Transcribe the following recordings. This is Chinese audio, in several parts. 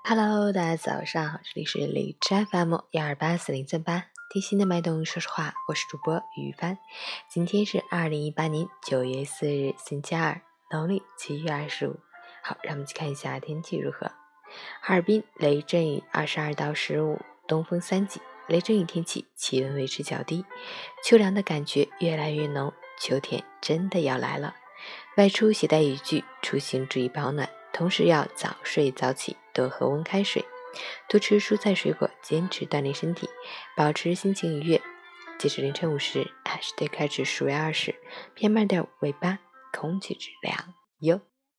Hello， 大家早上好，这里是荔枝 FM1284038，贴心的脉动说实话，我是主播于帆。今天是2018年9月4日，星期二，农历7月25。好，让我们去看一下天气如何。哈尔滨雷阵雨22到15，东风3级，雷阵雨天气，气温维持较低，秋凉的感觉越来越浓，秋天真的要来了。外出携带雨具，出行注意保暖，同时要早睡早起，多喝温开水，多吃蔬菜水果，坚持锻炼身体，保持心情愉悦。截止凌晨5时，市对开指数为20 ，PM2.5为8，空气质量优。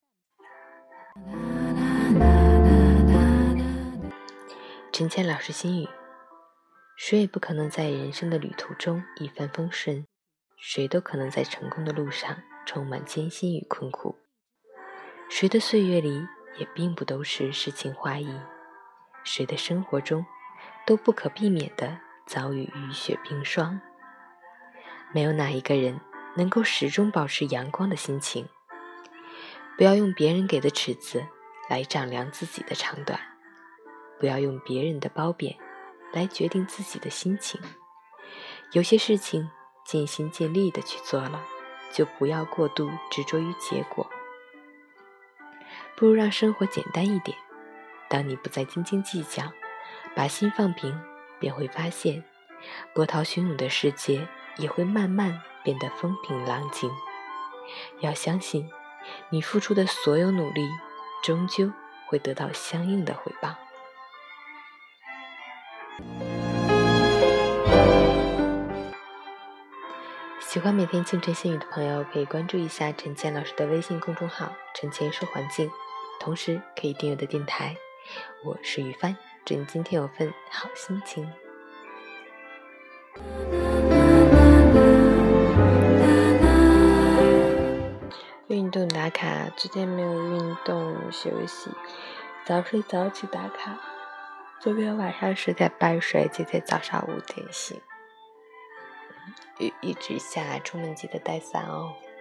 陈谦老师心语：谁也不可能在人生的旅途中一帆风顺，谁都可能在成功的路上充满艰辛与困苦，谁的岁月里也并不都是诗情画意，谁的生活中都不可避免地遭遇雨雪冰霜。没有哪一个人能够始终保持阳光的心情。不要用别人给的尺子来丈量自己的长短，不要用别人的褒贬来决定自己的心情。有些事情尽心尽力地去做了，就不要过度执着于结果，不如让生活简单一点。当你不再斤斤计较，把心放平，便会发现波涛汹涌的世界也会慢慢变得风平浪静。要相信你付出的所有努力终究会得到相应的回报。喜欢每天清晨心语的朋友可以关注一下陈谦老师的微信公众号陈谦说环境，同时可以订阅的电台。我是雨帆，祝你今天有份好心情。运动打卡，昨天没有运动休息，早睡早起打卡。昨天晚上10点半睡，今天早上5点醒。雨一直下，出门记得带伞哦。